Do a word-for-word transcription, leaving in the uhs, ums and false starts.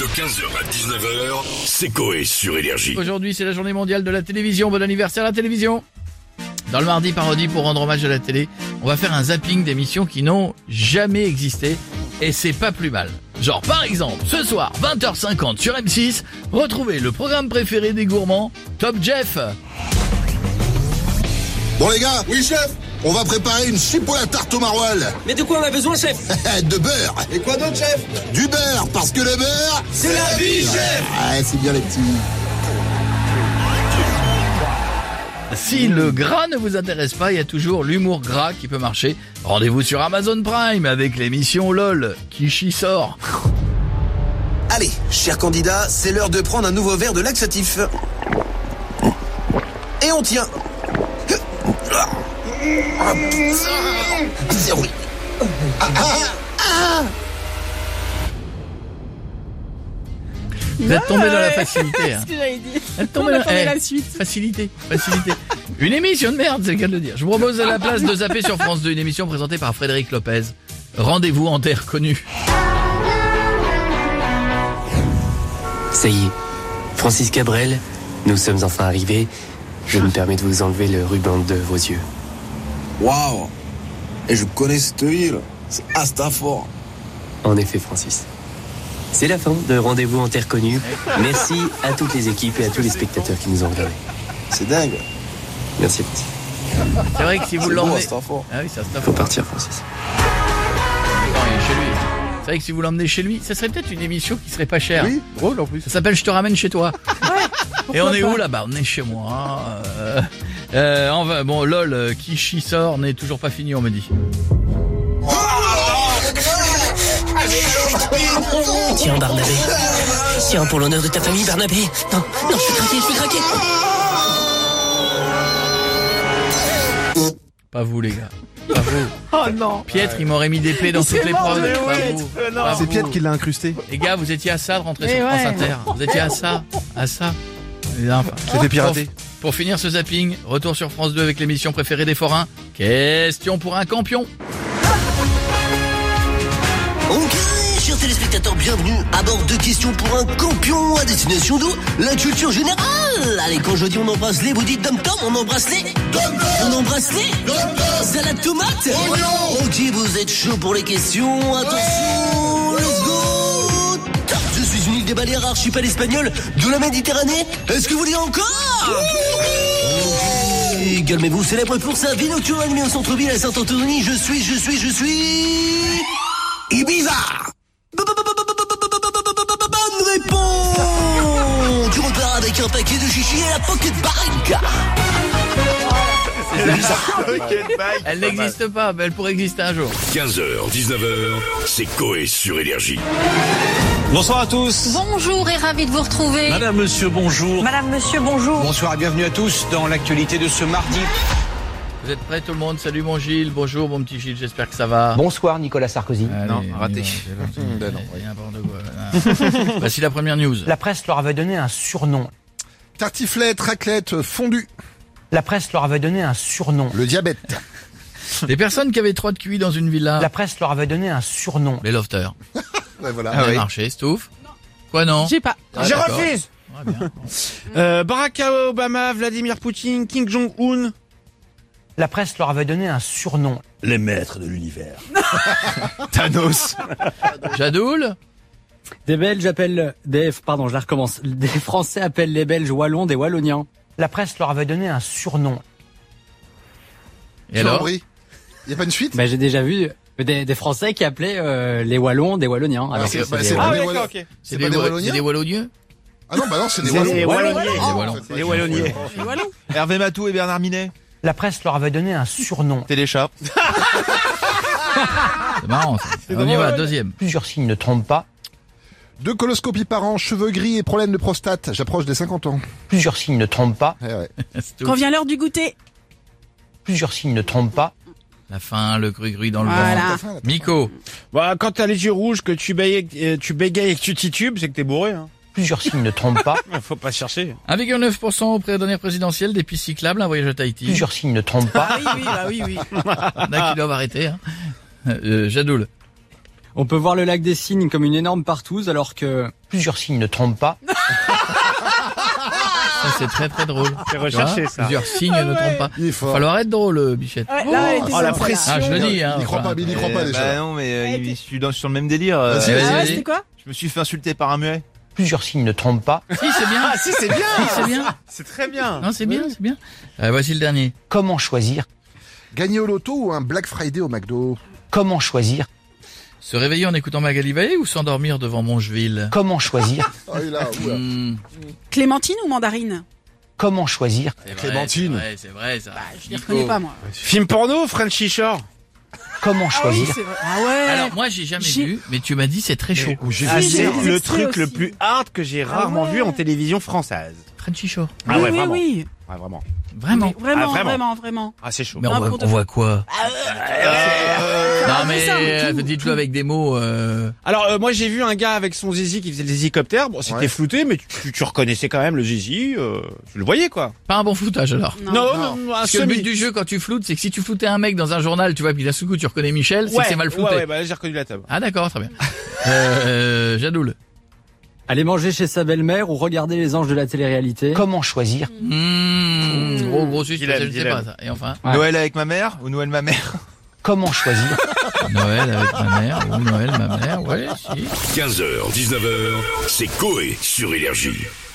De quinze heures à dix-neuf heures, c'est Coé sur Énergie. Aujourd'hui, c'est la journée mondiale de la télévision. Bon anniversaire à la télévision. Dans le mardi parodie pour rendre hommage à la télé, on va faire un zapping d'émissions qui n'ont jamais existé. Et c'est pas plus mal. Genre par exemple, ce soir, vingt heures cinquante sur M six, retrouvez le programme préféré des gourmands, Top Jeff. Bon les gars, oui chef, on va préparer une soupe à la tarte au maroilles. Mais de quoi on a besoin, chef? De beurre. Et quoi d'autre, chef? Du beurre, parce que le beurre... C'est la vie, chef. Ouais, c'est bien les petits. Si le gras ne vous intéresse pas, il y a toujours l'humour gras qui peut marcher. Rendez-vous sur Amazon Prime avec l'émission LOL, Kishi sort. Allez, chers candidats, c'est l'heure de prendre un nouveau verre de laxatif. Et on tient. Zéro. Ah, ah, ah. Vous êtes tombé dans la facilité. Hein. C'est ce que j'avais dit. Vous êtes tombé On dans attendait eh, la suite. Facilité, facilité. Une émission de merde, c'est le cas de le dire. Je vous propose à la place de zapper sur France deux, une émission présentée par Frédéric Lopez. Rendez-vous en terre connue. Ça y est, Francis Cabrel, nous sommes enfin arrivés. Je me permets de vous enlever le ruban de vos yeux. Waouh. Et je connais cette ville. C'est Astafort. En effet, Francis. C'est la fin de Rendez-vous en terre connue. Merci à toutes les équipes et à tous les spectateurs qui nous ont regardés. C'est dingue. Merci, Francis. C'est vrai que si vous C'est beau, l'emmenez... Astafort. Ah oui, c'est Astafort. Faut partir, Francis. Non, il est chez lui. C'est vrai que si vous l'emmenez chez lui, ça serait peut-être une émission qui serait pas chère. Oui, drôle en plus. Ça s'appelle Je te ramène chez toi. Et on est où là-bas? On est chez moi. Euh, euh, enfin, bon, lol, euh, Kishi sort n'est toujours pas fini, on me dit. Tiens, Barnabé. Tiens, pour l'honneur de ta famille, Barnabé. Non, non, je suis craqué, je suis craqué. Pas vous, les gars. Pas vous. Oh non. Pietre, il m'aurait mis des P dans C'est toutes les mort, prods. mais Pas ouais, vous. euh, non. Pas C'est vous. Piet qui l'a incrusté. Les gars, vous étiez à ça de rentrer Mais sur France ouais. Inter. Vous étiez à ça, à ça. Et enfin, C'était piraté. Pour, pour finir ce zapping, retour sur France deux avec l'émission préférée des forains. Question pour un campion. Ok, chers téléspectateurs, bienvenue à bord de Questions pour un campion à destination d'où la culture générale. Allez, quand je dis on embrasse les, vous dites dom-tom, on embrasse les on embrasse les salade tomate. Ok, vous êtes chaud pour les questions. Attention, let's go. Je suis une île des Baléares, archipel espagnol de la Méditerranée. Est-ce que vous voulez encore? Ok, calmez-vous, célèbre pour sa vie nocturne animée au centre-ville à Saint-Anthony. Je suis, je suis, je suis... Ibiza. Bonne réponse. Tu repars avec un paquet de chichi et la pocket bag. Elle n'existe pas, mais elle pourrait exister un jour. quinze heures, dix-neuf heures, c'est Coé sur Énergie. Bonsoir à tous. Bonjour et ravi de vous retrouver. Madame, monsieur, bonjour. Madame, monsieur, bonjour. Bonsoir et bienvenue à tous dans l'actualité de ce mardi. Vous êtes prêts tout le monde? Salut mon Gilles, bonjour mon petit Gilles, j'espère que ça va. Bonsoir, Nicolas Sarkozy. Allez, Non, raté. on y va, c'est parti. Ben non, Allez, n'importe quoi. Voici la première news. La presse leur avait donné un surnom. Tartiflette, raclette, fondue. La presse leur avait donné un surnom. Le diabète. Les personnes qui avaient trop de Q I dans une villa. La presse leur avait donné un surnom. Les lofters. Ouais, voilà. Ça a marché, Stouff. Quoi non? J'ai pas. Ah, Je d'accord. refuse. Ouais, bien. Euh, Barack Obama, Vladimir Poutine, Kim Jong-un. La presse leur avait donné un surnom. Les maîtres de l'univers. Thanos. Jadoul? Des Belges appellent des pardon, je la recommence. Des Français appellent les Belges Wallons des Walloniens. La presse leur avait donné un surnom. Et alors? Il y a pas une suite? Ben j'ai déjà vu des, des Français qui appelaient euh, les Wallons des Walloniens. Ah, Alors c'est- que bah, des c'est Wallons. pas Ah des oui, Wallons. d'accord, ok. C'est pas des, des Wa- Walloniens c'est des Wallonieux? Ah non, bah non, c'est des C'est Wallons. des Walloniers. Des Wallons. C'est Les Walloniers. Les Wallons. Hervé Matou et Bernard Minet. La presse leur avait donné un surnom. Téléchat. C'est marrant ça. On y va, deuxième. Plusieurs signes ne trompent pas. Deux coloscopies par an, cheveux gris et problème de prostate. J'approche des cinquante ans. Plusieurs signes ne trompent pas. Ouais, ouais. Stouff. Quand vient l'heure du goûter. Plusieurs signes ne trompent pas. La faim, le gru-gru dans le Voilà. ventre. T'as faim, là, t'as Miko. Bah, quand t'as les yeux rouges, que tu bégayes, euh, tu bégayes et que tu titubes, c'est que t'es bourré, hein. Plusieurs signes ne trompent pas. Faut pas chercher. un virgule neuf pour cent aux dernières présidentielles, des pistes cyclables, un voyage à Tahiti. Plusieurs signes ne trompent pas. Ah oui, oui, bah oui, oui. Il y en a qui doivent arrêter. Hein. Euh, Jadoul. On peut voir le lac des Cygnes comme une énorme partouze alors que... Plusieurs signes ne trompent pas. Ça, c'est très très drôle. C'est recherché, Tu vois, ça. Plusieurs signes ne trompent pas. Il est fort. Falloir être drôle, euh, Bichette. Ouais, là, elle était Oh, sympa, la là. pression. Ah, je le dis, hein. Il y croit enfin. pas, mais il y croit pas Eh déjà. Bah non, mais euh, Ouais, il- t'es- je suis dans, sur le même délire. euh, Vas-y, vas-y, Ah ouais, vas-y. c'était quoi? Je me suis fait insulter par un muet. Plusieurs signes ne trompent pas. Si, c'est bien. Ah si, c'est bien. Si, c'est bien. C'est très bien. Non, c'est bien, c'est bien. Euh, voici le dernier. Comment choisir? Gagner au loto ou un Black Friday au McDo? Comment choisir? Se réveiller en écoutant Magali Vallée ou s'endormir devant Mongeville? Comment choisir? Oh, il a, oula. Hmm, Clémentine ou mandarine? Comment choisir? c'est vrai, Clémentine. C'est vrai, c'est vrai, ça. Je les Nico. reconnais pas, moi. Film porno, Frenchy Shore. Comment Ah oui, choisir? c'est vrai. Ah ouais. Alors, moi, j'ai jamais J'ai- vu, mais tu m'as dit c'est très chaud. J'ai Ah, vu j'ai c'est vu des le extraits truc le aussi. plus hard que j'ai Ah rarement ouais. vu en télévision française. Frenchy Shore. Ah oui, ouais, oui, vraiment. oui. Ouais, vraiment. Vraiment. Mais Vraiment, Ah, vraiment. vraiment, vraiment. Ah, c'est chaud. Mais on voit, N'importe on voit quoi? Euh, Non, ah, mais ça, euh, tout, dites-le avec des mots. Euh... Alors, euh, moi, j'ai vu un gars avec son zizi qui faisait des hélicoptères. Bon, c'était Ouais. flouté, mais tu, tu reconnaissais quand même le zizi. Euh, tu le voyais, quoi. Pas un bon floutage alors. Non. Non, non. non, non, un Parce que le but semi. du jeu quand tu floutes, c'est que si tu floutais un mec dans un journal, tu vois, puis d'un seul coup tu reconnais Michel, c'est Ouais, que c'est mal flouté. Ouais, ouais, bah là, j'ai reconnu la table. Ah d'accord, très bien. euh, Jadoul. Aller manger chez sa belle-mère ou regarder les anges de la télé-réalité. Comment choisir? Mmh, gros gros suisse, Dilemme, je sais dilemme. pas ça. Et enfin, Ouais. Noël avec ma mère ou Noël ma mère? Comment choisir? Noël avec ma mère ou Noël ma mère, ouais, si. quinze heures, dix-neuf heures, c'est Coé sur Énergie.